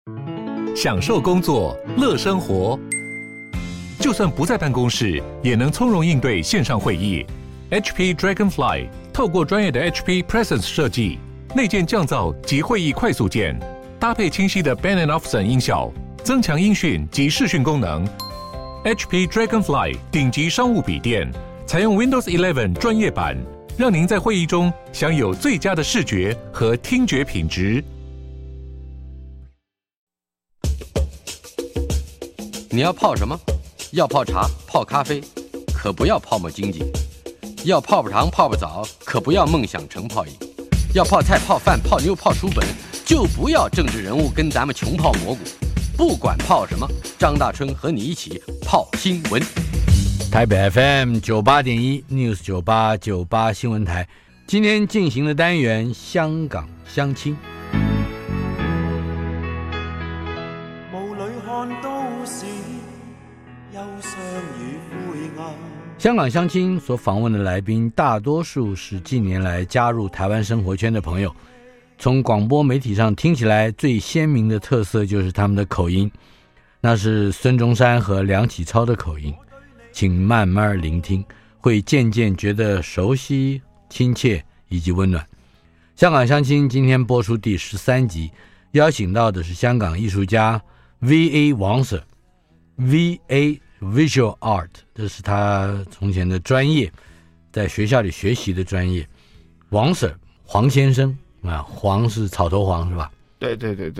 享受工作，乐生活。就算不在办公室，也能从容应对线上会议。HP Dragonfly 透过专业的 HP Presence 设计，内建降噪及会议快速键，搭配清晰的 Bang & Olufsen 音效，增强音讯及视讯功能。HP Dragonfly 顶级商务笔电，采用 Windows 11专业版，让您在会议中享有最佳的视觉和听觉品质。 你要泡什么？要泡茶、泡咖啡，可不要泡沫经济；要泡泡糖、泡泡澡，可不要梦想成泡影；要泡菜、泡饭、泡妞、泡书本，就不要政治人物跟咱们穷泡蘑菇。不管泡什么，张大春和你一起泡新闻。 台北 FM 98.1 News 98新闻台，今天进行的单元香港相亲。香港相亲所访问的来宾，大多数是近年来加入台湾生活圈的朋友。从广播媒体上听起来最鲜明的特色就是他们的口音，那是孙中山和梁启超的口音。请慢慢聆听，会渐渐觉得熟悉、亲切以及温暖。香港相亲今天播出第13集，邀请到的是香港艺术家 V.A. 王 Sir。 V.A. Visual Art， 这是他从前的专业，在学校里学习的专业。王 Sir 黄先生啊，黄是草头黄是吧？ 对。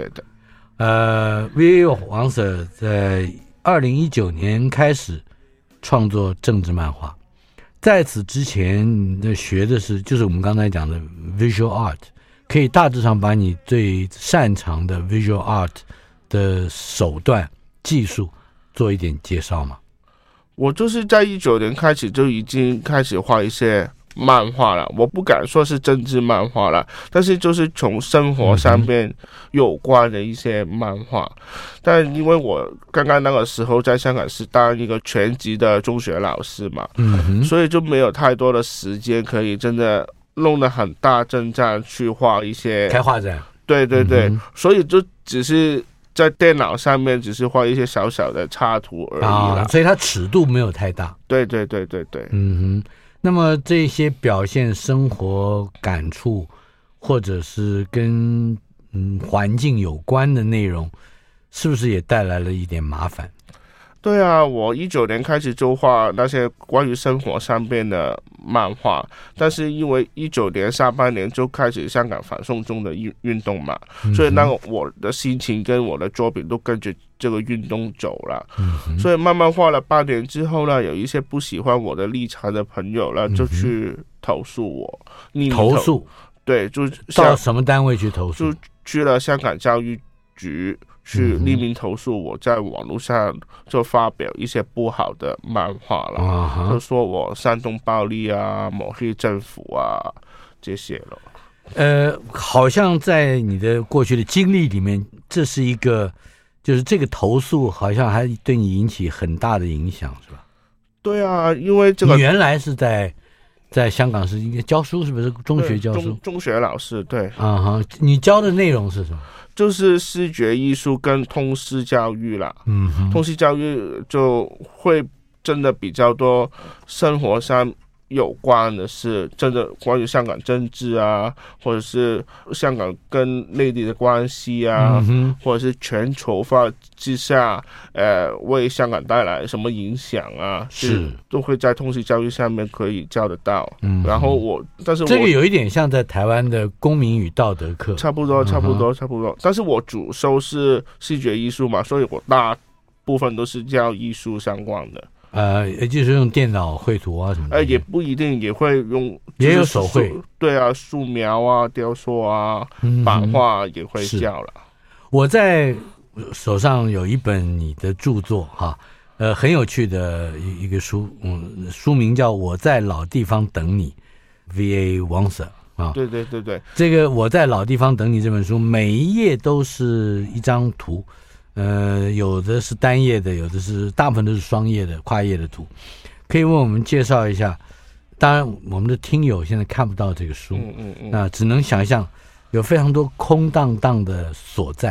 V.A. 王 Sir 在2019年开始创作政治漫画，在此之前学的是就是我们刚才讲的 Visual Art， 可以大致上把你最擅长的 Visual Art 的手段技术做一点介绍吗？ 我就是在19年开始就已经开始画一些漫画了，我不敢说是政治漫画了，但是就是从生活上面有关的一些漫画。但因为我刚刚那个时候在香港是当一个全职的中学老师嘛，所以就没有太多的时间可以真的弄得很大阵仗去画一些开画展。 对，所以就只是在电脑上面只是画一些小小的插图而已啦， 所以它尺度没有太大。 对。 那么这些表现生活感触或者是跟环境有关的内容，是不是也带来了一点麻烦？ 对啊，我19年开始就画那些关于生活上面的漫画，但是因为19年下半年就开始香港反送中的运动嘛，所以那个我的心情跟我的作品都跟着这个运动走了，所以慢慢画了半年之后呢，有一些不喜欢我的立场的朋友呢，就去投诉我。 投诉？ 对，就到什么单位去投诉？ 就去了香港教育局。去匿名投诉我在网络上就发表一些不好的漫画了，就说我煽动暴力啊，抹黑政府啊这些了。 好像在你的过去的经历里面，这是一个，就是这个投诉好像还对你引起很大的影响，是吧？ 对啊，因为这个你原来是在香港是应该教书，是不是中学教书？ 中学老师，对。 你教的内容是什么？ 就是视觉艺术跟通识教育啦。通识教育就会真的比较多生活上有关的是真的关于香港政治啊，或者是香港跟内地的关系啊，或者是全球化之下为香港带来什么影响啊，是都会在通识教育上面可以教得到。然后但是这个有一点像在台湾的公民与道德课， 差不多。但是我主修是视觉艺术嘛，所以我大部分都是教艺术相关的。 也就是用电脑绘图啊什么的。 也不一定，也会用， 也有手绘。 对啊，素描啊、雕塑啊、版画也会教了。 我在手上有一本你的著作哈，很有趣的一个书，书名叫《我在老地方等你》 ，V.A. 王 Sir 啊。 对。 这个《我在老地方等你》这本书，每一页都是一张图。有的是单页的，有的是大部分都是双页的跨页的图，可以为我们介绍一下。当然我们的听友现在看不到这个书，那只能想象有非常多空荡荡的所在，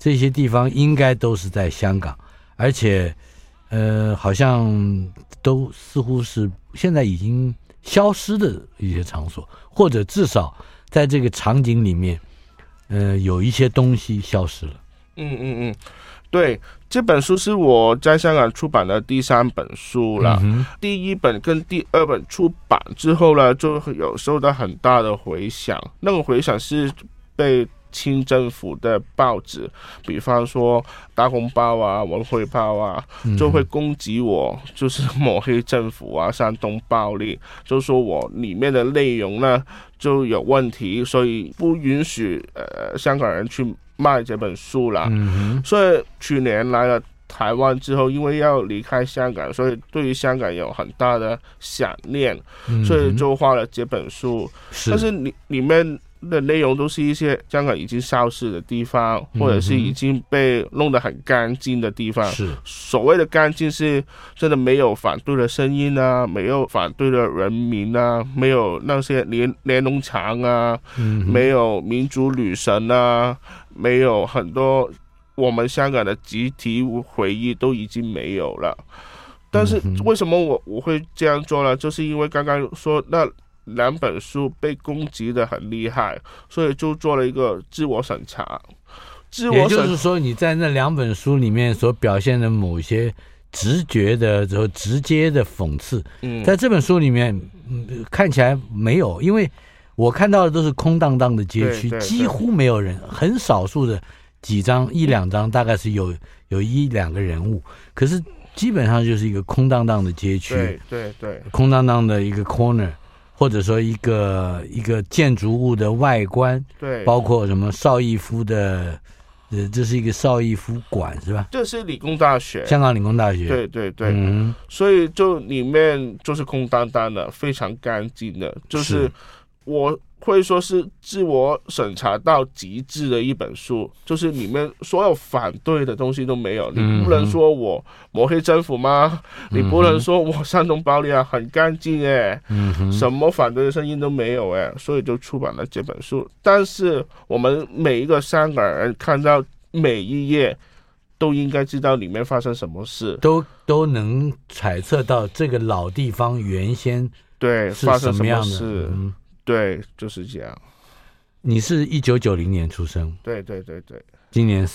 这些地方应该都是在香港，而且好像都似乎是现在已经消失的一些场所，或者至少在这个场景里面有一些东西消失了。 对，这本书是我在香港出版的第3本书了。第1本跟第2本出版之后呢，就有受到很大的回响。那个回响是被清政府的报纸，比方说大公报啊、文汇报啊，就会攻击我，就是抹黑政府啊、煽动暴力，就说我里面的内容呢就有问题，所以不允许香港人去卖这本书了。所以去年来了台湾之后，因为要离开香港，所以对于香港有很大的想念，所以就画了这本书。但是里面的内容都是一些香港已经消失的地方，或者是已经被弄得很干净的地方。所谓的干净是真的没有反对的声音啊，没有反对的人民啊，没有那些连农墙啊，没有民族女神啊，没有很多我们香港的集体回忆都已经没有了。但是为什么我会这样做呢？就是因为刚刚说那2本书被攻击的很厉害，所以就做了一个自我审查。 也就是说，你在那2本书里面所表现的某些直觉的和直接的讽刺，在这本书里面看起来没有，因为我看到的都是空荡荡的街区，几乎没有人，很少数的几张1、2张大概是有1、2个人物，可是基本上就是一个空荡荡的街区， 对， 空荡荡的一个 corner， 或者说一个建筑物的外观， 对， 包括什么邵逸夫的，这是一个邵逸夫馆是吧？ 这是理工大学， 香港理工大学， 对，所以就里面就是空荡荡的，非常干净的，就是我会说是自我审查到极致的一本书，就是里面所有反对的东西都没有。你不能说我抹黑政府吗？你不能说我煽动暴力啊，很干净什么反对的声音都没有所以就出版了这本书。但是我们每一个香港人看到每一页，都应该知道里面发生什么事， 都能揣测到这个老地方原先发生什么样事。对，就是这样。 你是1990年出生， 对， 今年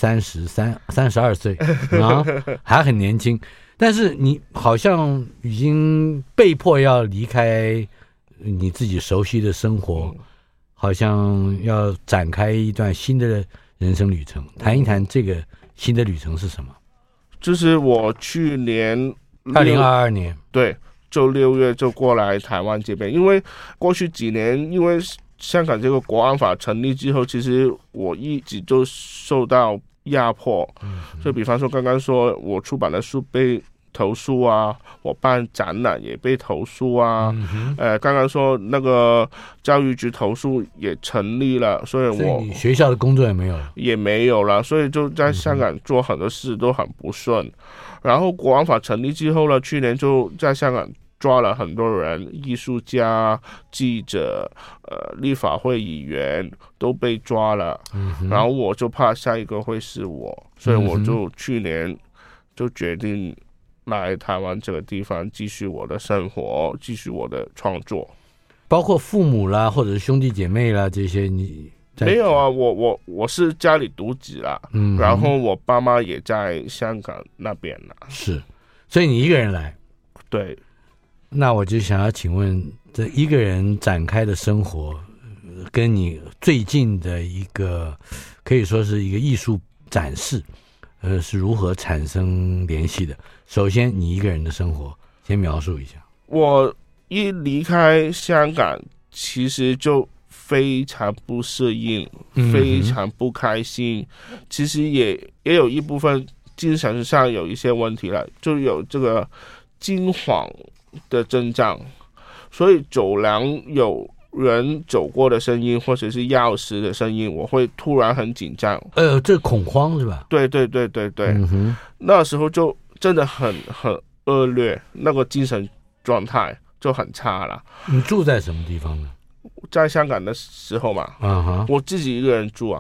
32岁啊，还很年轻。但是你好像已经被迫要离开你自己熟悉的生活，好像要展开一段新的人生旅程。谈一谈这个新的旅程是什么？ 就是我去年 2022年， 对。就6月就过来台湾这边，因为过去几年，因为香港这个国安法成立之后，其实我一直都受到压迫。就比方说刚刚说我出版的书被投诉啊，我办展览也被投诉啊，刚刚说那个教育局投诉也成立了，所以你学校的工作也没有了， 所以就在香港做很多事都很不顺。然后国安法成立之后呢，去年就在香港抓了很多人，艺术家、记者、立法会议员都被抓了。然后我就怕下一个会是我，所以我就去年就决定来台湾这个地方继续我的生活，继续我的创作。 包括父母啦，或者是兄弟姐妹啦，这些你没有啊？我是家里独子啦，然后我爸妈也在香港那边啦。 是，所以你一个人来？ 对。 那我就想要请问，这一个人展开的生活，跟你最近的一个可以说是一个艺术展示，是如何产生联系的？首先，你一个人的生活，先描述一下。我一离开香港，其实就非常不适应，非常不开心。其实也有一部分精神上有一些问题了，就有这个惊惶的征兆，所以走廊有人走过的声音或者是钥匙的声音，我会突然很紧张。 这恐慌是吧？ 对，那时候就真的很恶劣，那个精神状态就很差了。 你住在什么地方呢？ 在香港的时候嘛，我自己一个人住啊。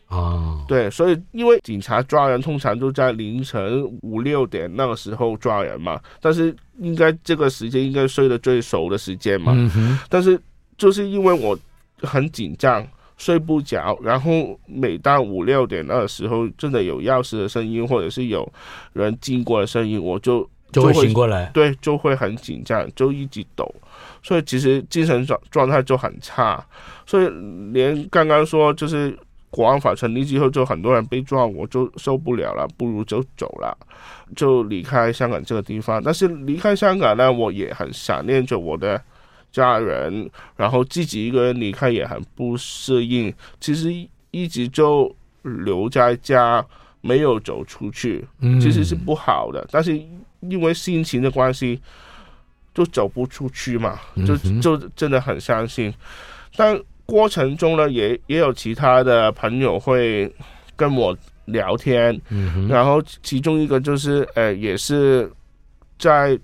哦， 对，所以因为警察抓人通常都在凌晨5、6点那个时候抓人嘛，但是应该这个时间应该睡得最熟的时间嘛，但是就是因为我很紧张，睡不着，然后每到5、6点那个时候真的有钥匙的声音或者是有人经过的声音，我就会醒过来， 对，就会很紧张，就一直抖，所以其实精神状态就很差，所以连刚刚说就是国安法成立之后，就很多人被抓，我就受不了了，不如就走了，就离开香港这个地方。但是离开香港呢，我也很想念着我的家人，然后自己一个人离开也很不适应，其实一直就留在家，没有走出去，其实是不好的。但是因为心情的关系，就走不出去嘛，就真的很伤心。但过程中呢，也有其他的朋友会跟我聊天，然后其中一个就是也是在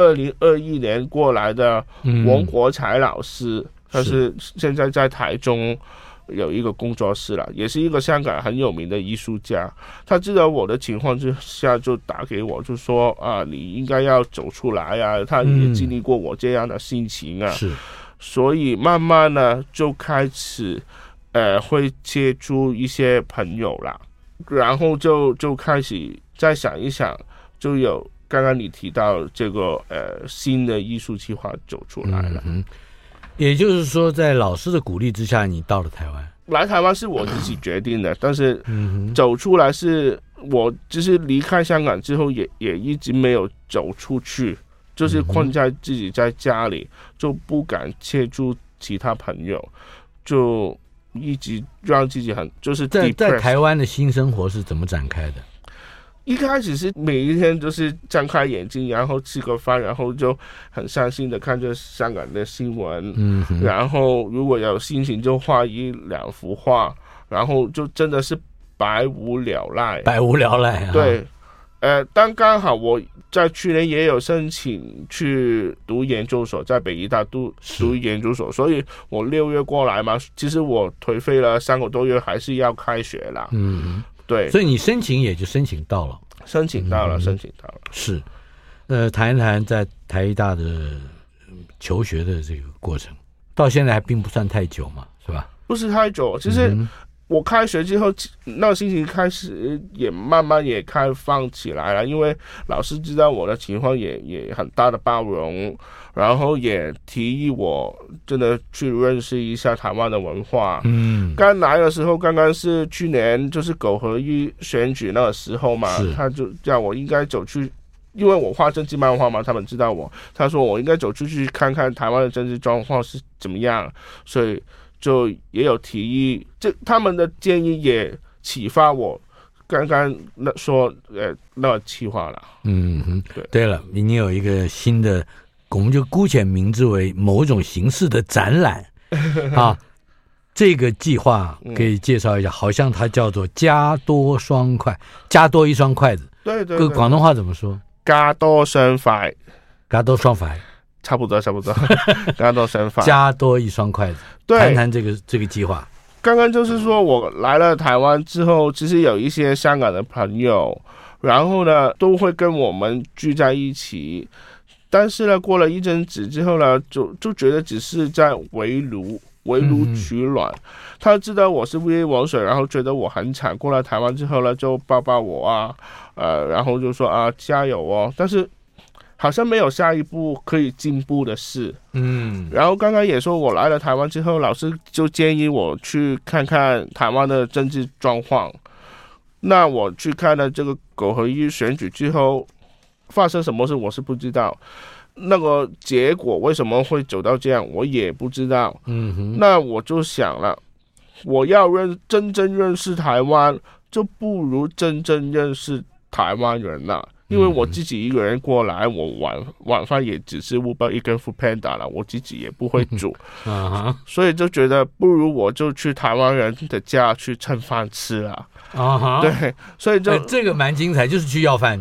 2021年过来的王国才老师，他是现在在台中有一个工作室了，也是一个香港很有名的艺术家。他知道我的情况之下，就打给我，就说啊，你应该要走出来啊。他也经历过我这样的心情啊， 是。 所以慢慢呢，就开始会接触一些朋友啦，然后就开始再想一想，就有刚刚你提到这个新的艺术计划走出来了。 也就是说，在老师的鼓励之下，你到了台湾。 来台湾是我自己决定的，但是走出来是我就是离开香港之后也一直没有走出去，就是困在自己在家里，就不敢接触其他朋友，就一直让自己很就是在台湾的新生活是怎么展开的？ 一开始是每一天就是张开眼睛，然后吃个饭，然后就很伤心的看着香港的新闻，然后如果有心情就画1、2幅画，然后就真的是百无聊赖。对，但刚好我在去年也有申请去读研究所，在北医大读研究所，所以我6月过来嘛，其实我颓废了3个多月，还是要开学啦。对， 所以你申请也就申请到了。是，谈一谈在台医大的求学的这个过程，到现在还并不算太久嘛，是吧？ 不是太久，其实我开学之后，那个心情开始也慢慢也开放起来了，因为老师知道我的情况也很大的包容，然后也提议我真的去认识一下台湾的文化。刚来的时候，刚刚是去年就是苟合一选举那个时候嘛，他就叫我应该走去，因为我画政治漫画嘛，他们知道我，他说我应该走出去看看台湾的政治状况是怎么样，所以就也有提议，他们的建议也启发我刚刚说那个计划了。 对了，你有一个新的，我们就姑且名之为某种形式的展览啊。这个计划可以介绍一下，好像它叫做加多一双筷子。 对， 广东话怎么说？ 加多雙筷，差不多，加多雙筷， 加多一雙筷子。 对， 谈谈这个计划。 刚刚就是说我来了台湾之后，其实有一些香港的朋友，然后呢都会跟我们聚在一起，但是呢过了一阵子之后呢，就觉得只是在围炉取暖。他知道我是 VA 王水，然后觉得我很惨，过来台湾之后呢就抱抱我啊，然后就说啊加油哦，但是好像没有下一步可以进步的事。然后刚刚也说我来了台湾之后，老师就建议我去看看台湾的政治状况。那我去看了这个苟合一选举之后，发生什么事我是不知道，那个结果为什么会走到这样我也不知道。那我就想了，我要真正认识台湾，就不如真正认识台湾人了。因为我自己一个人过来，我晚饭也只是 Uber Eats 跟 Foodpanda 了，我自己也不会煮，所以就觉得不如我就去台湾人的家去蹭饭吃了。对，所以就这个蛮精彩，就是去要饭就是了。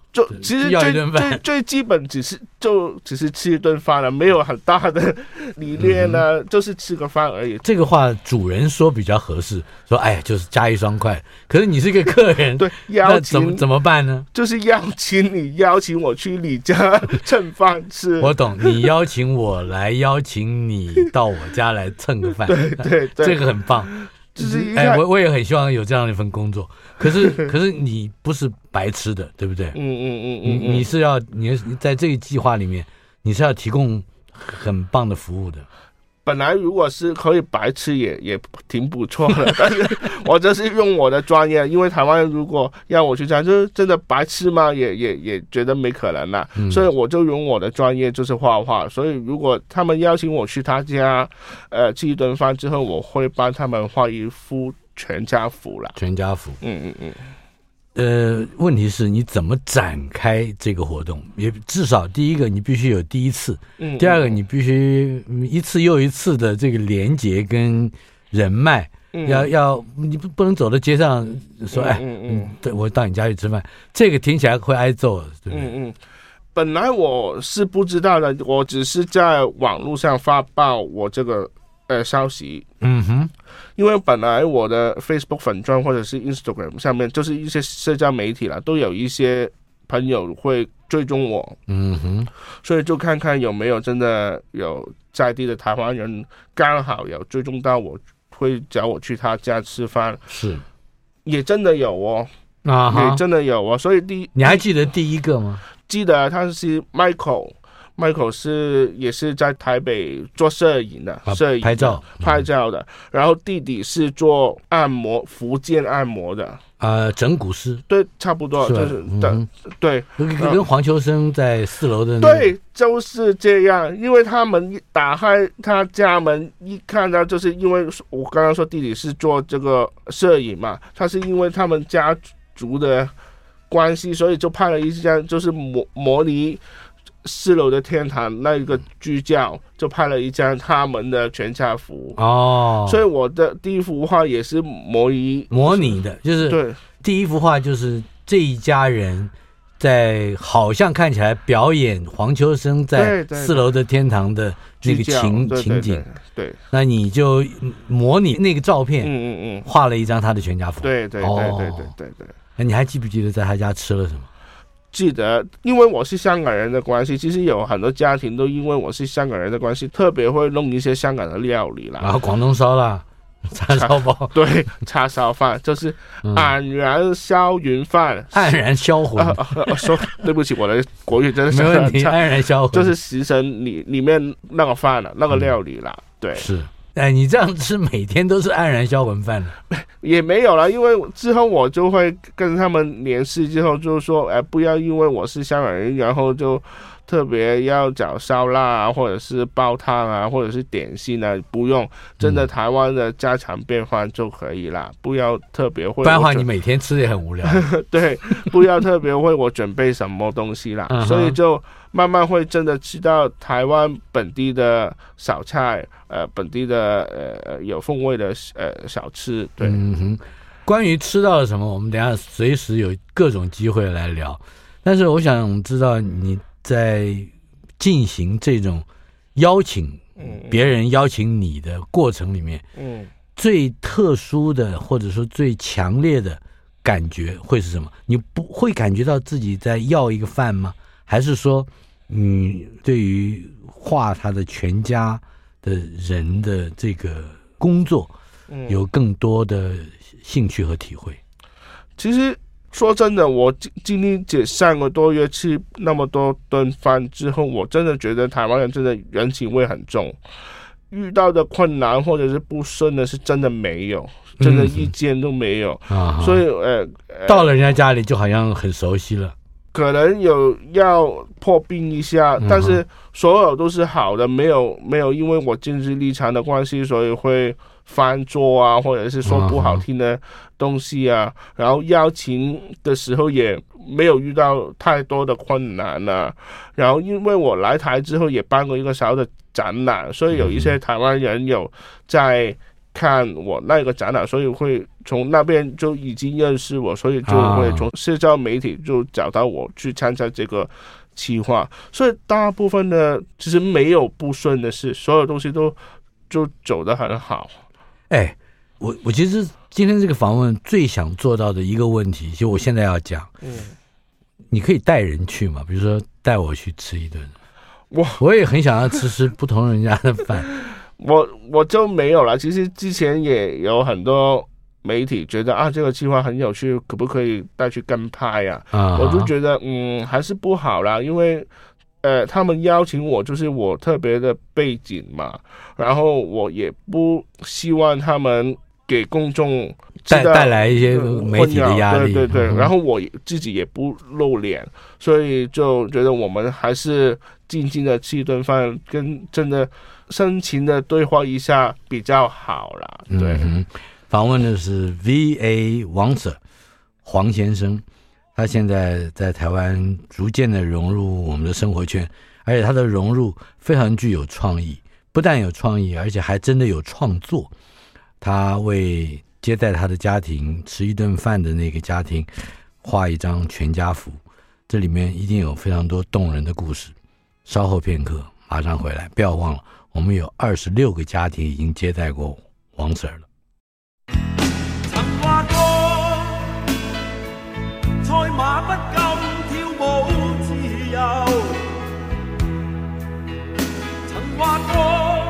就其实最基本只是吃一顿饭了，没有很大的理念呢，就是吃个饭而已。 这个话主人说比较合适，说哎呀就是加一双筷，可是你是个客人， 对， 那怎么办呢？ 就是邀请我去你家蹭饭吃。 我懂，你邀请我来邀请你到我家来蹭个饭， 对， 这个很棒。就是我也很希望有这样的一份工作，可是你不是白吃的，对不对？你在这个计划里面，你是要提供很棒的服务的。 本来如果是可以白吃也挺不错的，但是我就是用我的专业，因为台湾如果要我去这样，就是真的白吃嘛，也觉得没可能啦，所以我就用我的专业就是画画，所以如果他们邀请我去他家，吃一顿饭之后，我会帮他们画一幅全家福啦。 全家福，问题是你怎么展开这个活动？也至少第一个你必须有第一次，第二个你必须一次又一次的这个连结跟人脉，你不能走到街上说对，我到你家去吃饭，这个听起来会挨揍，对不对？ 本来我是不知道的，我只是在网络上发布我这个消息，因为本来我的 Facebook 粉专或者是 Instagram 上面就是一些社交媒体啦，都有一些朋友会追踪我，所以就看看有没有真的有在地的台湾人刚好有追踪到我，会找我去他家吃饭， 是， 也真的有哦，也真的有哦，所以你还记得第一个吗？ 记得他是 Michael 也是在台北做摄影的，拍照的，然后弟弟是做按摩，福建按摩的， 整骨师， 对，差不多就是对， 跟黄秋生在4楼的对，就是这样。因为他们一打开他家门一看到，就是因为我刚刚说弟弟是做这个摄影嘛，他是因为他们家族的关系，所以就拍了一张就是模拟4楼的天堂那一个居教，就拍了一张他们的全家福所以我的第一幅画也是模拟的， 就是对，第一幅画就是这一家人在好像看起来表演黄秋生在4楼的天堂的那个情景， 对， 那你就模拟那个照片，画了一张他的全家福， 对， 那你还记不记得在他家吃了什么？ 记得，因为我是香港人的关系，其实有很多家庭都因为我是香港人的关系，特别会弄一些香港的料理啦， 然后广东烧啦，叉烧包， 对，叉烧饭就是黯然销魂饭， 黯然销魂。 说对不起，我的国语真的是没问题，黯然销魂就是食神里面那个饭了，那个料理啦，对， 是。你这样吃每天都是黯然销魂饭的？ 也没有啦，因为之后我就会跟他们联系，之后就说，不要因为我是香港人，然后就特别要找烧腊啊，或者是煲汤啊，或者是点心啊，不用，真的台湾的家常便饭就可以啦，不要特别会， 不然的话你每天吃也很无聊。 对，不要特别为我准备什么东西啦，所以就慢慢会真的吃到台湾本地的小菜，本地的有风味的小吃。对， 关于吃到了什么，我们等一下随时有各种机会来聊。但是我想知道你在进行这种邀请别人邀请你的过程里面，最特殊的或者说最强烈的感觉会是什么？你不会感觉到自己在要一个饭吗？还是说对于画他的全家的人的这个工作有更多的兴趣和体会？ 其实说真的，我经历这3个多月吃那么多顿饭之后，我真的觉得台湾人真的人情味很重，遇到的困难或者是不顺的是真的没有，真的一件都没有，所以到了人家家里就好像很熟悉了， 可能有要破冰一下，但是所有都是好的，没有因为我政治立场的关系，所以会翻桌啊，或者是说不好听的东西啊，然后邀请的时候也没有遇到太多的困难啊。然后因为我来台之后也办过一个小的展览，所以有一些台湾人有在看我那个展览，所以会从那边就已经认识我，所以就会从社交媒体就找到我去参加这个企划。所以大部分的其实没有不顺的事，所有东西都就走得很好。 我其实今天这个访问最想做到的一个问题，就我现在要讲，你可以带人去嘛？比如说带我去吃一顿，我也很想要吃不同人家的饭。 我就没有了。其实之前也有很多媒体觉得这个计划很有趣，可不可以带去跟拍呀？我就觉得还是不好啦，因为他们邀请我就是我特别的背景嘛，然后我也不希望他们给公众带来一些媒体的压力。 对，然后我自己也不露脸，所以就觉得我们还是静静的吃一顿饭，跟真的深情的对话一下比较好啦。对， 访问的是 V.A. 王 Sir 黄先生，他现在在台湾逐渐的融入我们的生活圈，而且他的融入非常具有创意，不但有创意，而且还真的有创作。他为接待他的家庭吃一顿饭的那个家庭画一张全家福，这里面一定有非常多动人的故事。稍后片刻马上回来，不要忘了我们有26个家庭已经接待过王 Sir 了。 曾話過賽馬不禁跳舞自由，曾話過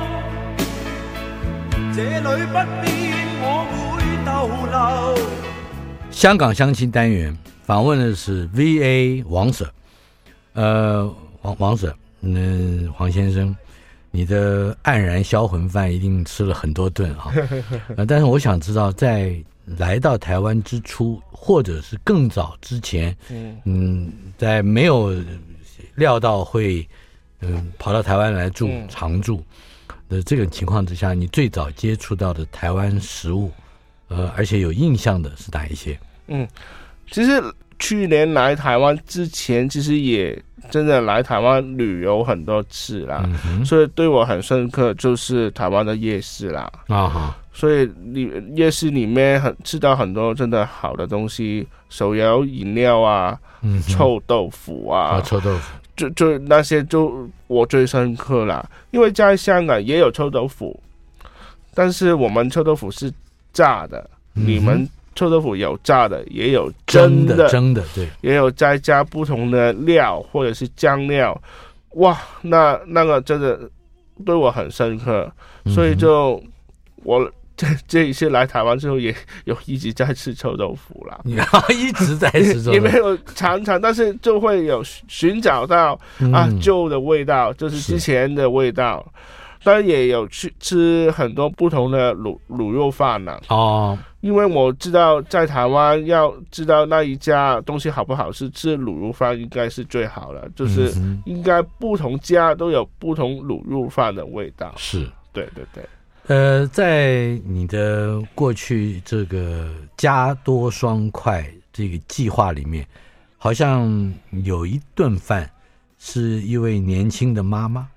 這裏不變我會逗留。 香港相親單元訪問的是 V.A. 王 Sir， 王 Sir， 黃先生，你的黯然銷魂飯一定吃了很多頓啊！但是我想知道，在來到台灣之初，或者是更早之前，在沒有料到會跑到台灣來住常住的這種情況之下，你最早接觸到的台灣食物，而且有印象的是哪一些？ 其實去年來台灣之前，其實也真的來台灣旅遊很多次啦，所以對我很深刻就是台灣的夜市啦。所以夜市裡面吃到很多真的好的東西，手搖飲料啊，臭豆腐啊， 臭豆腐就那些就我最深刻啦。因為在香港也有臭豆腐，但是我們臭豆腐是炸的，你們臭豆腐有炸的，也有蒸的， 对， 也有再加不同的料或者是酱料。哇，那个真的对我很深刻，所以就我这一次来台湾之后，也有一直在吃臭豆腐啦。 一直在吃臭豆腐， 也没有常常，但是就会有寻找到旧的味道，就是之前的味道。当然也有去吃很多不同的卤肉饭啦。因为我知道在台湾要知道那一家东西好不好吃，吃卤肉饭应该是最好的，就是应该不同家都有不同卤肉饭的味道。 是， 对对对。 在你的过去这个家多双快这个计划里面，好像有一顿饭是一位年轻的妈妈，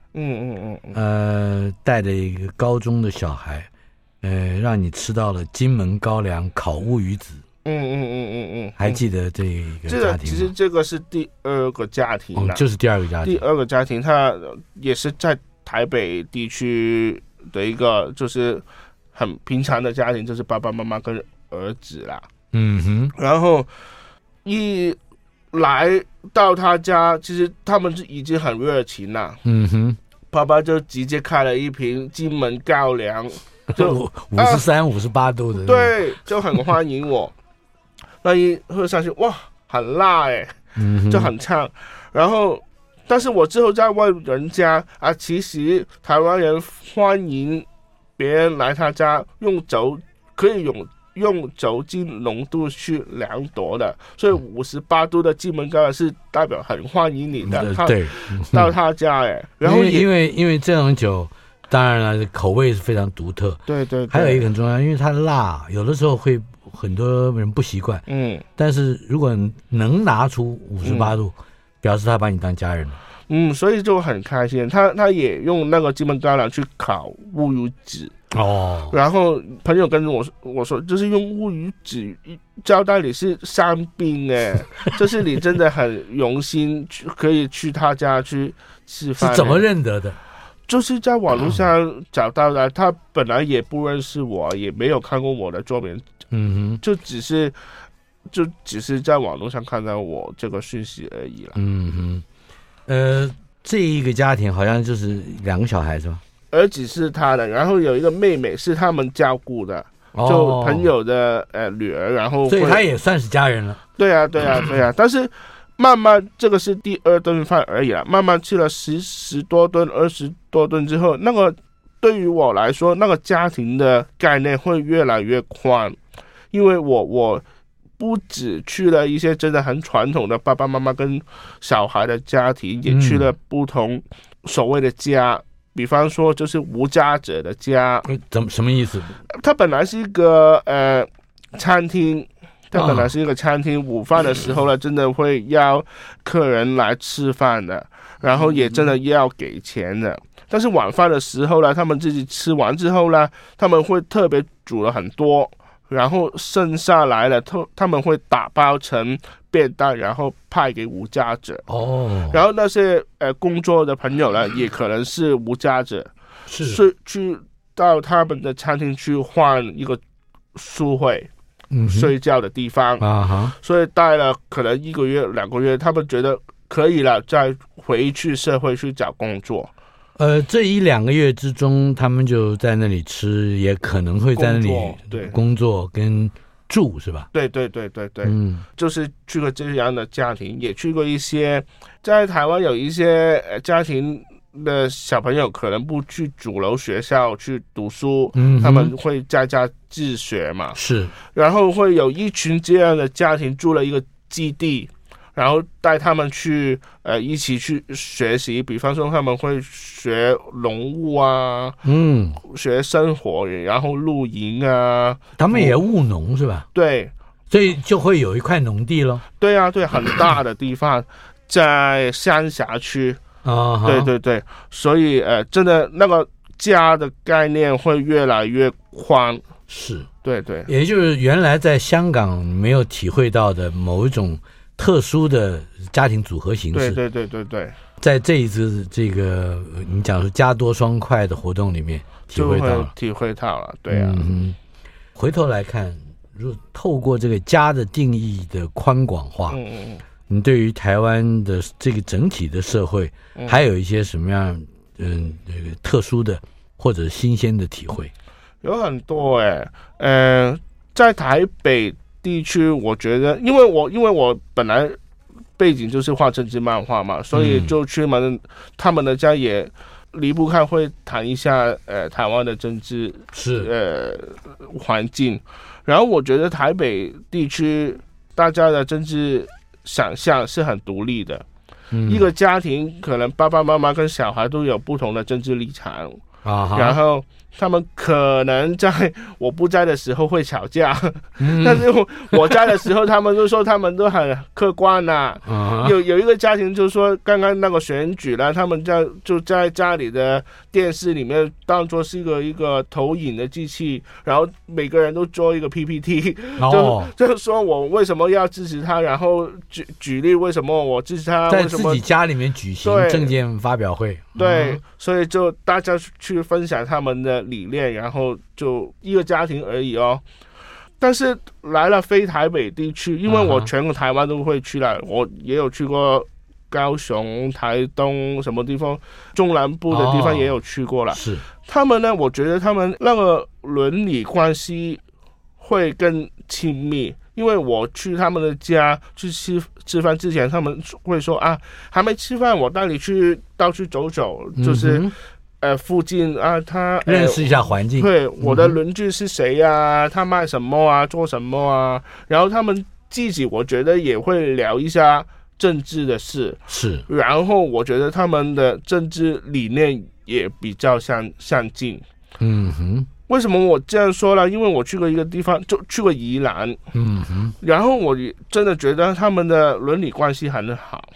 带着一个高中的小孩，让你吃到了金门高粱烤乌鱼子。还记得这个家庭吗？ 其实这个是第二个家庭啦， 就是第二个家庭。 第二个家庭，他也是在台北地区的一个就是很平常的家庭，就是爸爸妈妈跟儿子啦。然后一来到他家，其实他们就已经很热情啦。爸爸就直接开了一瓶金门高粱，就 53、58度的， 对，就很欢迎我。那一喝上去，哇，很辣就很呛。然后，但是我之后再问人家其实台湾人欢迎别人来他家可以用酒精浓度去量度的，所以58度的金门高粱是代表很欢迎你的。 对， 到他家然后因为这种酒，当然了，口味是非常独特。 对， 还有一个很重要，因为它辣，有的时候会很多人不习惯。但是如果能拿出58度，表示他把你当家人了。 所以就很开心。他也用那个金门高粱去烤乌鱼子然后朋友跟我说，就是用乌鱼子交代你是伤兵这是你真的很荣幸可以去他家去吃饭。 是怎么认得的？ 就是在网络上找到的，他本来也不认识我，也没有看过我的作品，就只是在网络上看到我这个讯息而已了。 这一个家庭好像就是2个小孩是吧？ 儿子是他的，然后有一个妹妹是他们照顾的，就朋友的女儿，然后所以他也算是家人了。 对啊。但是慢慢这个是第2顿饭而已啦，慢慢吃了10多顿、20多顿之后，那个对于我来说，那个家庭的概念会越来越宽，因为我不只去了一些真的很传统的爸爸妈妈跟小孩的家庭，也去了不同所谓的家，比方说就是无家者的家。 什么意思？ 它本来是一个餐厅，午饭的时候呢，真的会要客人来吃饭的，然后也真的要给钱的。但是晚饭的时候呢，他们自己吃完之后呢，他们会特别煮了很多，然后剩下来了，他们会打包成便当，然后派给无家者。然后那些工作的朋友呢，也可能是无家者，是去到他们的餐厅去换一个书会。睡觉的地方所以待了可能1个月、2个月，他们觉得可以了，再回去社会去找工作。 这1-2个月之中，他们就在那里吃，也可能会在那里工作跟住，是吧？对，就是去过这样的家庭，也去过一些在台湾有一些家庭的小朋友可能不去主流学校去读书，他们会在家自学嘛，是，然后会有一群这样的家庭租了一个基地，然后带他们去一起去学习，比方说他们会学农务啊，学生活，然后露营啊， 他们也务农是吧？ 对， 所以就会有一块农地咯。 对，很大的地方，在三峡区。对，所以真的那个家的概念会越来越宽。 是， 对， 也就是原来在香港没有体会到的某一种特殊的家庭组合形式。 对， 在这一次这个你讲说家多双快的活动里面体会到了，对啊。回头来看，如果透过这个家的定义的宽广化，你对于台湾的这个整体的社会，还有一些什么样特殊的或者新鲜的体会？ 有很多在台北地区，我觉得，因为我本来背景就是画政治漫画嘛，所以就去他们的家也离不开会谈一下台湾的政治环境，然后我觉得台北地区大家的政治想象是很独立的，一个家庭可能爸爸妈妈跟小孩都有不同的政治立场然后他们可能在我不在的时候会吵架，但是我在的时候他们都说他们都很客观有一个家庭就说刚刚那个选举呢，他们就在家里的电视里面当作是一个投影的机器，然后每个人都做一个 PPT，就说我为什么要支持他，然后举例为什么我支持他， 在自己家里面举行政见发表会。 对，所以就大家去分享他们的理念，然后就一个家庭而已但是来了非台北地区，因为我全个台湾都会去了，我也有去过高雄、台东什么地方，中南部的地方也有去过了。是他们呢，我觉得他们那个伦理关系会更亲密。因为我去他们的家去吃饭之前，他们会说还没吃饭，我带你去到处走走，就是附近他认识一下环境。 对，我的邻居是谁呀？他卖什么做什么然后他们自己我觉得也会聊一下政治的事，是。然后我觉得他们的政治理念也比较相近。为什么我这样说呢？因为我去过一个地方，就去过宜兰，然后我真的觉得他们的伦理关系很好，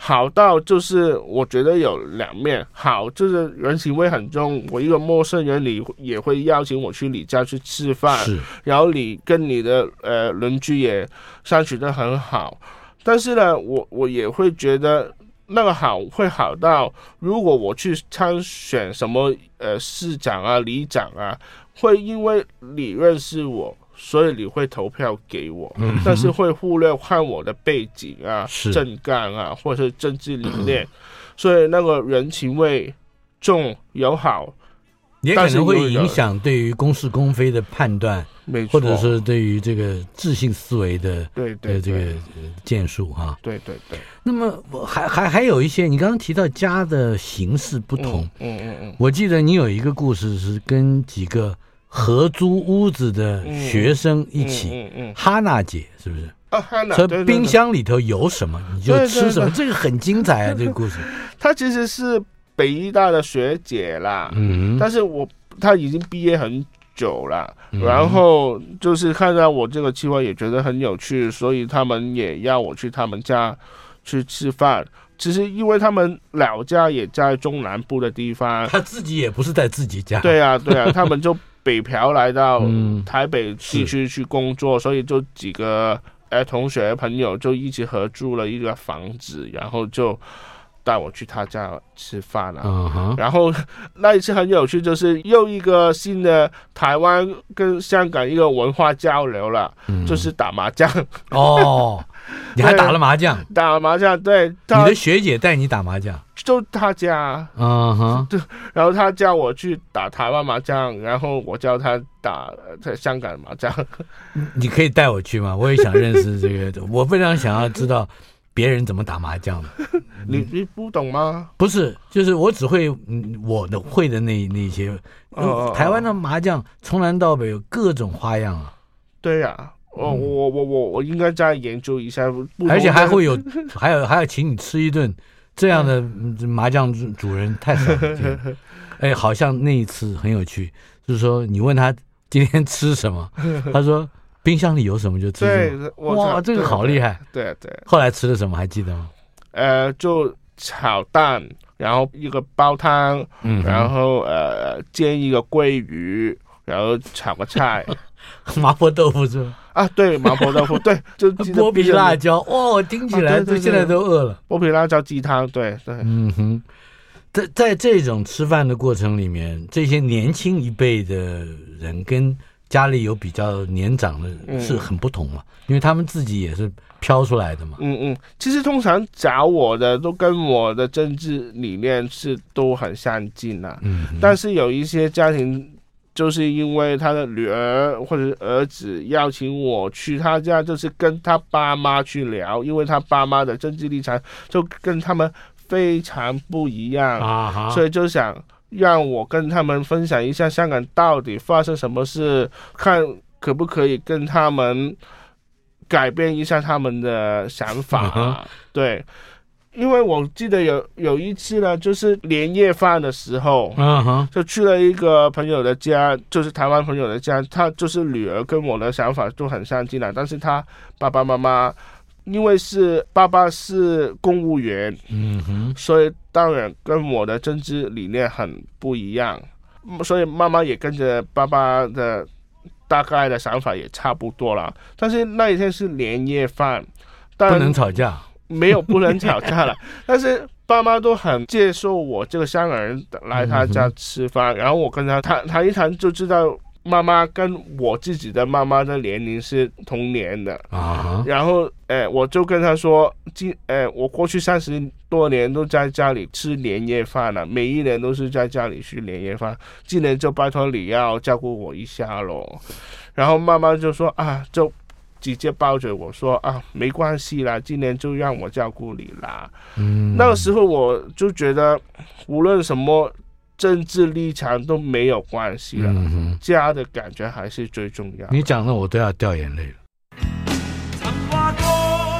好到就是我觉得有两面，好就是人情味很重，我一个陌生人你也会邀请我去你家去吃饭，然后你跟你的邻居也相处得很好，但是呢我也会觉得那个好会好到如果我去参选什么市长啊里长啊，会因为你认识我所以你会投票给我，但是会忽略看我的背景啊、政干啊，或者是政治理念，所以那个人情味重有好， 也可能会影响对于公是公非的判断，或者是对于这个智性思维的这个建树哈。 对对对。 那么还有一些，你刚刚提到家的形式不同，我记得你有一个故事是跟几个合租屋子的学生一起，哈娜姐是不是？ 哈娜， 所以冰箱里头有什么你就吃什么，这个很精彩啊，这个故事。 她其实是北医大的学姐啦，但是她已经毕业很久了，然后就是看到我这个计划也觉得很有趣，所以他们也要我去他们家去吃饭。其实因为他们老家也在中南部的地方， 他自己也不是在自己家。 对啊，他们就北漂来到台北地区去工作，所以就几个同学朋友就一起合租了一个房子，然后就带我去他家吃饭了。然后那一次很有趣，就是又一个新的台湾跟香港一个文化交流了，就是打麻将。哦， 你还打了麻将？ 打了麻将，对。 你的学姐带你打麻将？ 就他家。然后他叫我去打台湾麻将，然后我叫他打香港麻将。 你可以带我去吗？我也想认识这个，我非常想要知道别人怎么打麻将的。 你不懂吗？ 不是，就是我只会我的会的那些。台湾的麻将从南到北有各种花样啊。 对呀。我应该再研究一下， 而且还会有，还要请你吃一顿，这样的麻将主人太少了。好像那一次很有趣，就是说你问他今天吃什么，他说冰箱里有什么就吃什么。哇，这个好厉害。 对。 后来吃了什么还记得吗？ 就炒蛋，然后一个煲汤，然后煎一个鲑鱼，然后炒个菜。 麻婆豆腐是吧？ 啊，对，麻婆豆腐，对，就剥皮辣椒，哇，听起来现在都饿了。 剥皮辣椒鸡汤，对。 在这种吃饭的过程里面，这些年轻一辈的人跟家里有比较年长的是很不同嘛，因为他们自己也是飘出来的嘛。 其实通常找我的都跟我的政治理念是都很相近啦。但是有一些家庭。就是因为他的女儿或者儿子邀请我去他家，就是跟他爸妈去聊，因为他爸妈的政治立场就跟他们非常不一样，所以就想让我跟他们分享一下香港到底发生什么事，看可不可以跟他们改变一下他们的想法。对。因为我记得有一次呢，就是年夜饭的时候，就去了一个朋友的家，就是台湾朋友的家，他就是女儿跟我的想法都很相近了，但是他爸爸妈妈因为是爸爸是公务员，所以当然跟我的政治理念很不一样，所以妈妈也跟着爸爸的大概的想法也差不多了，但是那一天是年夜饭， 不能吵架。 没有不能吵架了，但是爸妈都很接受我这个香港人来他家吃饭，然后我跟他谈一谈，就知道妈妈跟我自己的妈妈的年龄是同年的然后我就跟他说，我过去30多年都在家里吃年夜饭了，每一年都是在家里吃年夜饭，今年就拜托你要照顾我一下咯。然后妈妈就说就直接抱着我说没关系啦，今年就让我照顾你啦。那个时候我就觉得无论什么政治立场都没有关系了，家的感觉还是最重要的。 你讲的我都要掉眼泪了。 曾話過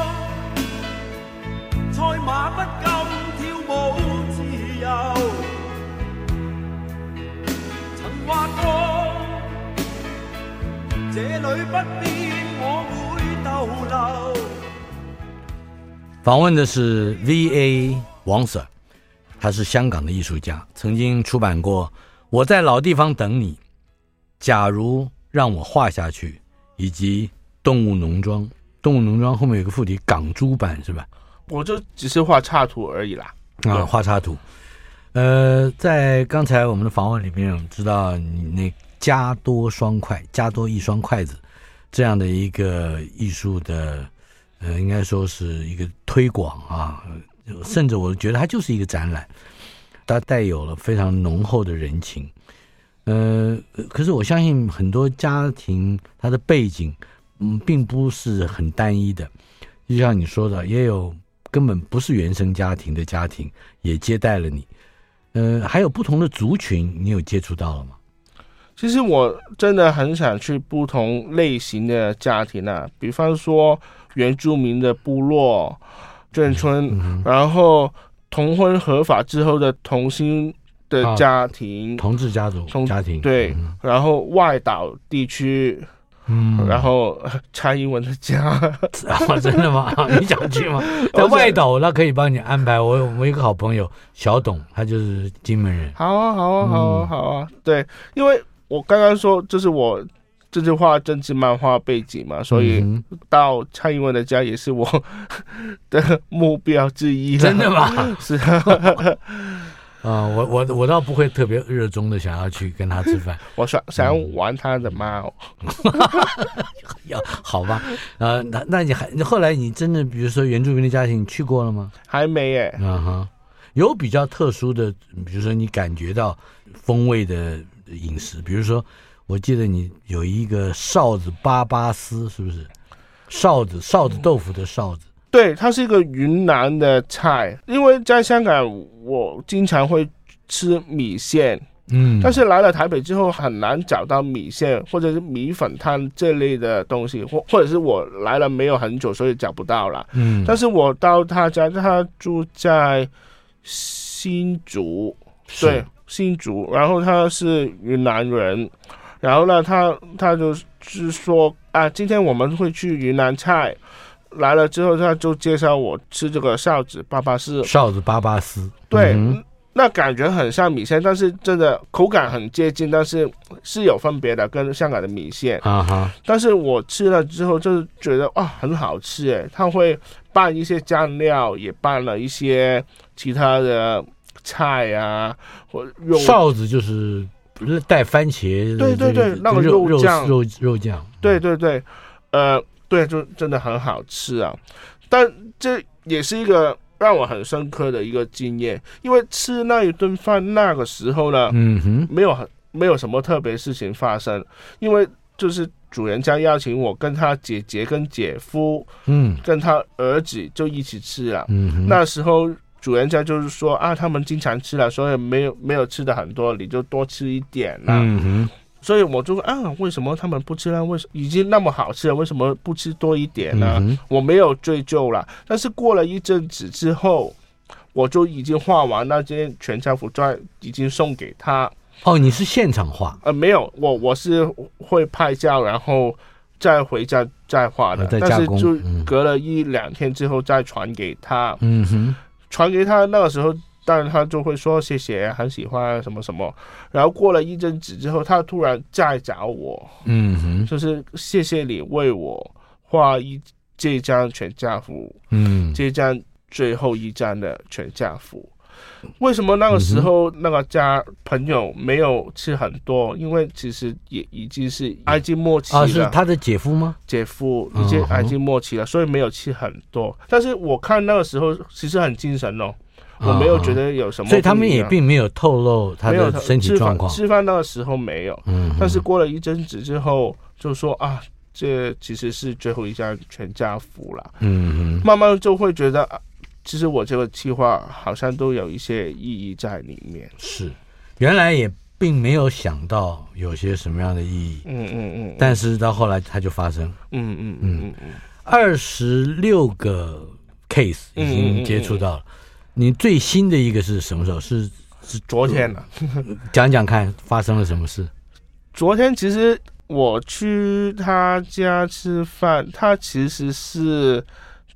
賽馬不禁跳舞自由，曾話過這裏不變我會逗留。 访问的是 V.A. 王 Sir， 他是香港的艺术家，曾经出版过《我在老地方等你》、《假如让我画下去》以及《动物农庄》。动物农庄后面有个副题港珠版是吧？ 我就只是画插图而已啦。 啊，画插图。在刚才我们的访问里面，我们知道你那加多一双筷子这样的一个艺术的，应该说是一个推广啊，甚至我觉得它就是一个展览，它带有了非常浓厚的人情。可是我相信很多家庭它的背景，并不是很单一的，就像你说的，也有根本不是原生家庭的家庭也接待了你。还有不同的族群，你有接触到了吗？ 其实我真的很想去不同类型的家庭啊，比方说原住民的部落、眷村，然后同婚合法之后的同性的家庭、 同志家族家庭， 对，然后外岛地区。然后蔡英文的家真的吗？你想去吗？在外岛那可以帮你安排。我有一个好朋友小董，他就是金门人。 好啊，对，因为我刚刚说就是我政治画政治漫画背景嘛，所以到蔡英文的家也是我的目标之一。 真的吗？ 是我倒不会特别热衷的想要去跟他吃饭。 我想要玩他的猫。 好吧，那你后来你真的比如说原住民的家庭你去过了吗？ 还没耶。 有比较特殊的，比如说你感觉到风味的饮食，比如说我记得你有一个哨子巴巴丝，是不是？哨子豆腐的哨子。 对，它是一个云南的菜，因为在香港我经常会吃米线，但是来了台北之后很难找到米线或者是米粉汤这类的东西，或者是我来了没有很久，所以找不到了。但是我到他家，他住在新竹，对，新竹，然后他是云南人，然后呢，他就是说啊，今天我们会去云南菜。来了之后，他就介绍我吃这个哨子巴巴丝。对，那感觉很像米线，但是真的口感很接近，但是是有分别的，跟香港的米线。但是我吃了之后，就是觉得哇，很好吃诶。它会拌一些酱料，也拌了一些其他的菜啊，或肉。 哨子就是带番茄的， 对，那个肉酱， 肉酱。 对，对，就真的很好吃啊！但这也是一个让我很深刻的一个经验，因为吃那一顿饭那个时候呢，没有什么特别事情发生，因为就是主人家邀请我跟他姐姐跟姐夫，跟他儿子就一起吃了。那时候主人家就是说啊，他们经常吃了，所以没有吃的很多，你就多吃一点啦。所以我就说啊，为什么他们不吃呢？为什么已经那么好吃了，为什么不吃多一点呢？我没有追究了。但是过了一阵子之后，我就已经画完那件全家福传，已经送给他。 哦，你是现场画？ 没有，我是会拍照，然后再回家再画的。但是就隔了1-2天之后再传给他。传给他那个时候。当然他就会说谢谢，很喜欢什么什么，然后过了一阵子之后，他突然再找我，就是谢谢你为我画这张全家福，这张最后一张的全家福。为什么那个时候那个朋友没有吃很多？因为其实也已经是癌症末期了。 是他的姐夫吗？ 姐夫已经癌症末期了，所以没有吃很多。但是我看那个时候其实很精神哦。我没有觉得有什么， 所以他们也并没有透露他的身体状况。 吃饭那个时候没有，但是过了一阵子之后，就说啊，这其实是最后一张全家福了。慢慢就会觉得，其实我这个计划好像都有一些意义在里面。是， 原来也并没有想到有些什么样的意义。但是到后来它就发生。26个 case 已经接触到了。你最新的一个是什么时候？是昨天了。 讲讲看发生了什么事。 昨天其实我去他家吃饭，他其实是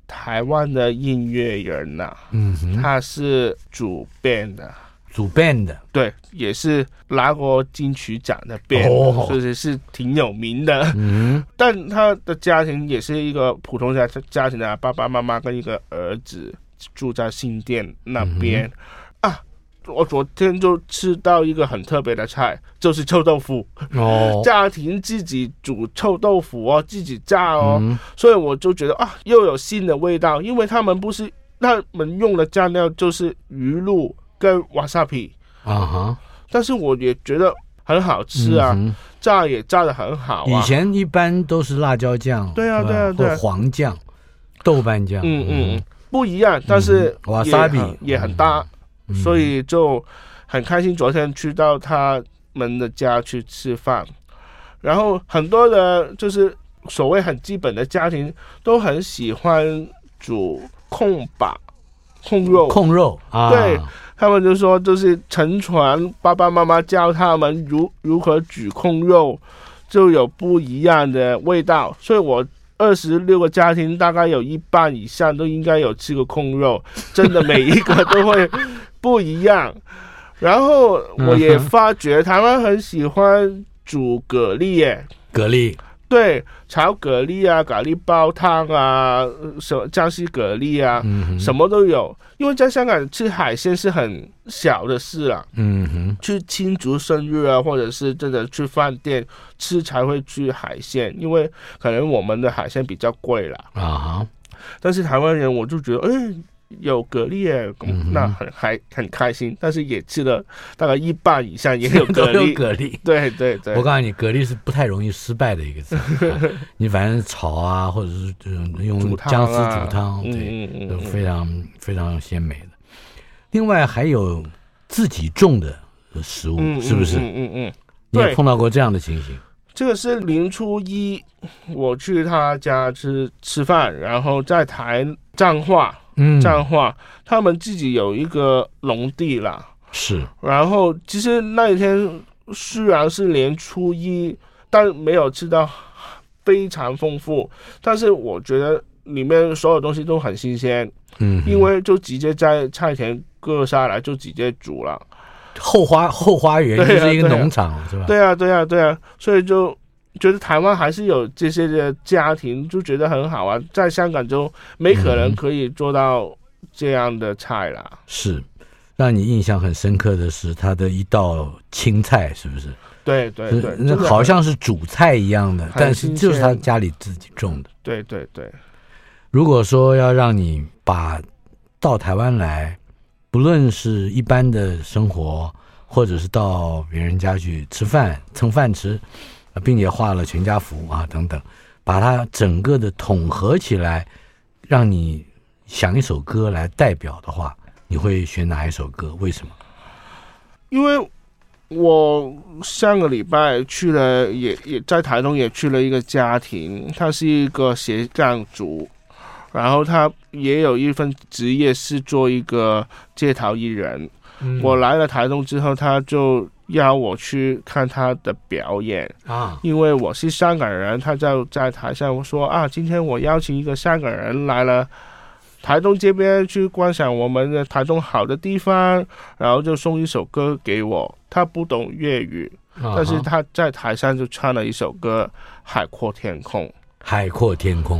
台湾的音乐人呐，他是主编的。 主编的， 对，也是拿过金曲奖的编，所以是挺有名的。但他的家庭也是一个普通家庭的，爸爸妈妈跟一个儿子住在新店那边。我昨天就吃到一个很特别的菜，就是臭豆腐。家庭自己煮臭豆腐哦，自己炸哦，所以我就觉得又有新的味道，因为他们用的酱料就是鱼露跟 wasabi 但是我也觉得很好吃啊，炸也炸得很好啊。 以前一般都是辣椒酱， 对啊， 或黄酱、豆瓣酱， 不一样，但是 wasabi 也很搭，所以就很开心。昨天去到他们的家去吃饭，然后很多的就是所谓很基本的家庭都很喜欢煮控肉对。他们就说，就是承传爸爸妈妈教他们如何煮控肉，就有不一样的味道。所以我26个家庭大概有一半以上都应该有吃过控肉，真的每一个都会不一样。然后我也发觉台湾很喜欢煮蛤蜊耶，对，炒蛤蜊啊，蛤蜊煲汤啊，江西蛤蜊啊，什么都有。因为在香港吃海鲜是很小的事啊，去庆祝生日啊，或者是真的去饭店吃才会吃海鲜，因为可能我们的海鲜比较贵啦。但是台湾人我就觉得，有蛤蜊耶，那很开心，但是也吃了大概一半以上也有蛤蜊。对， 我告诉你，蛤蜊是不太容易失败的一个菜。你反正炒啊，或者是用姜丝煮汤，对，都非常非常鲜美的。另外还有自己种的食物，是不是？你也碰到过这样的情形？ 这个是年初一，我去他家吃饭，然后在台彰化，他们自己有一个农地啦， 是。 然后其实那一天虽然是年初一，但没有吃到非常丰富，但是我觉得里面所有东西都很新鲜，因为就直接在菜田割下来就直接煮了。 后花园就是一个农场，是吧？ 对啊，所以就觉得台湾还是有这些的家庭，就觉得很好啊。在香港就没可能可以做到这样的菜啦。 是，让你印象很深刻的是他的一道青菜，是不是？ 对， 那好像是主菜一样的，但是就是他家里自己种的。 对。 如果说要让你到台湾来，不论是一般的生活，或者是到别人家去吃饭蹭饭吃，并且画了全家福啊等等，把它整个的统合起来，让你想一首歌来代表的话，你会选哪一首歌？为什么？ 因为我上个礼拜去了，也在台东也去了一个家庭，他是一个斜杠族，然后他也有一份职业是做一个街头艺人。我来了台东之后，他就邀我去看他的表演因为我是香港人，他就在台上说今天我邀请一个香港人来了台东这边去观赏我们的台东好的地方，然后就送一首歌给我。他不懂粤语，但是他在台上就唱了一首歌《海阔天空》。 海阔天空。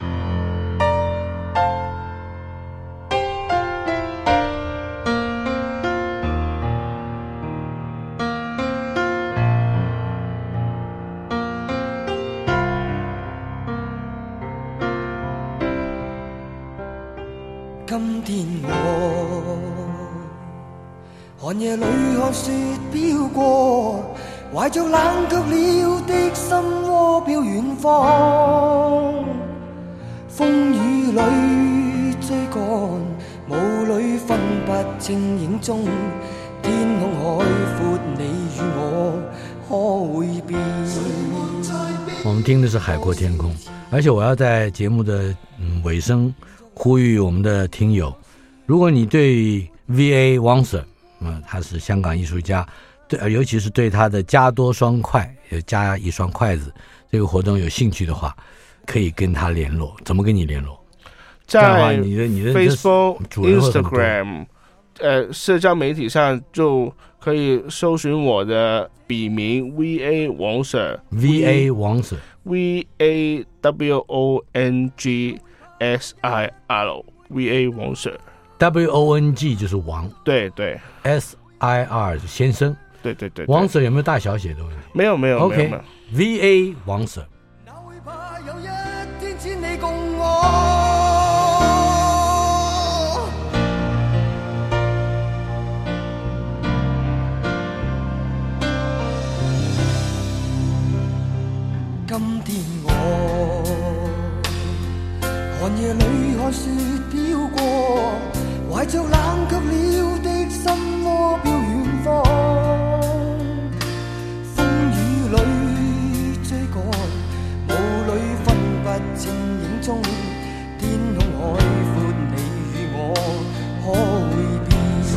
今天我寒夜里看雪飘過，懷着冷卻了的心窩飄遠方。風雨裏追趕，霧裏分不清影蹤，天空海闊，你與我可會變？ 我們聽的是《海闊天空》，而且我要在節目的尾聲呼籲我們的聽友，如果你對 V.A. Wangser，他是香港藝術家，尤其是對他的加多雙筷，加一雙筷子這個活動有興趣的話，可以跟他聯絡。怎麼跟你聯絡？ 在你的 Facebook、Instagram，社交媒体上就可以搜寻我的笔名 VA 王 Sir，VA 王 Sir，VAWONGSIR，VA 王 Sir，WONG 就是王， 对对 ，SIR 是先生， 对， 王 Sir 有没有大小写的问题？ 没有 ，OK，VA 王 Sir。 哪會怕有一天只你共我？今天我寒夜裏看雪飄過，懷着冷卻了的心窩飄遠方。風雨裏追趕，霧裏分不清影蹤，天空海闊，你與我可會變？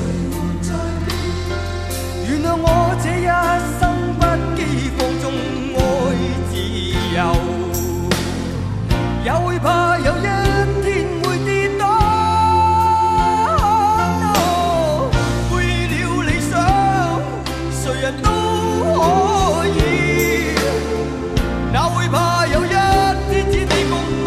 原諒我這一生不羈放縱愛自由，也會怕有一天會跌倒。背棄了理想，誰人都可以，哪會怕有一天只你共我。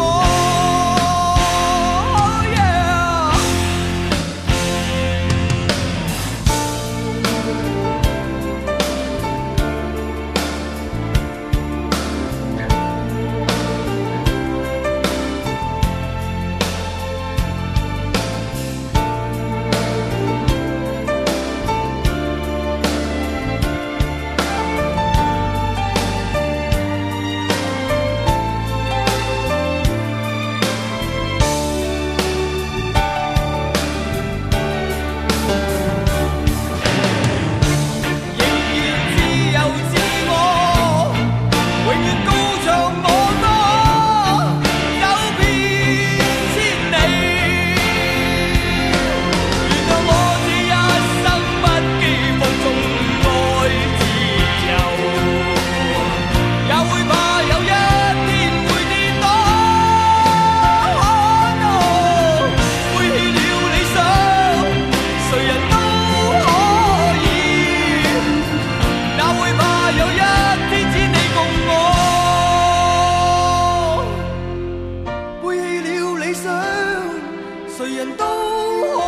誰人都可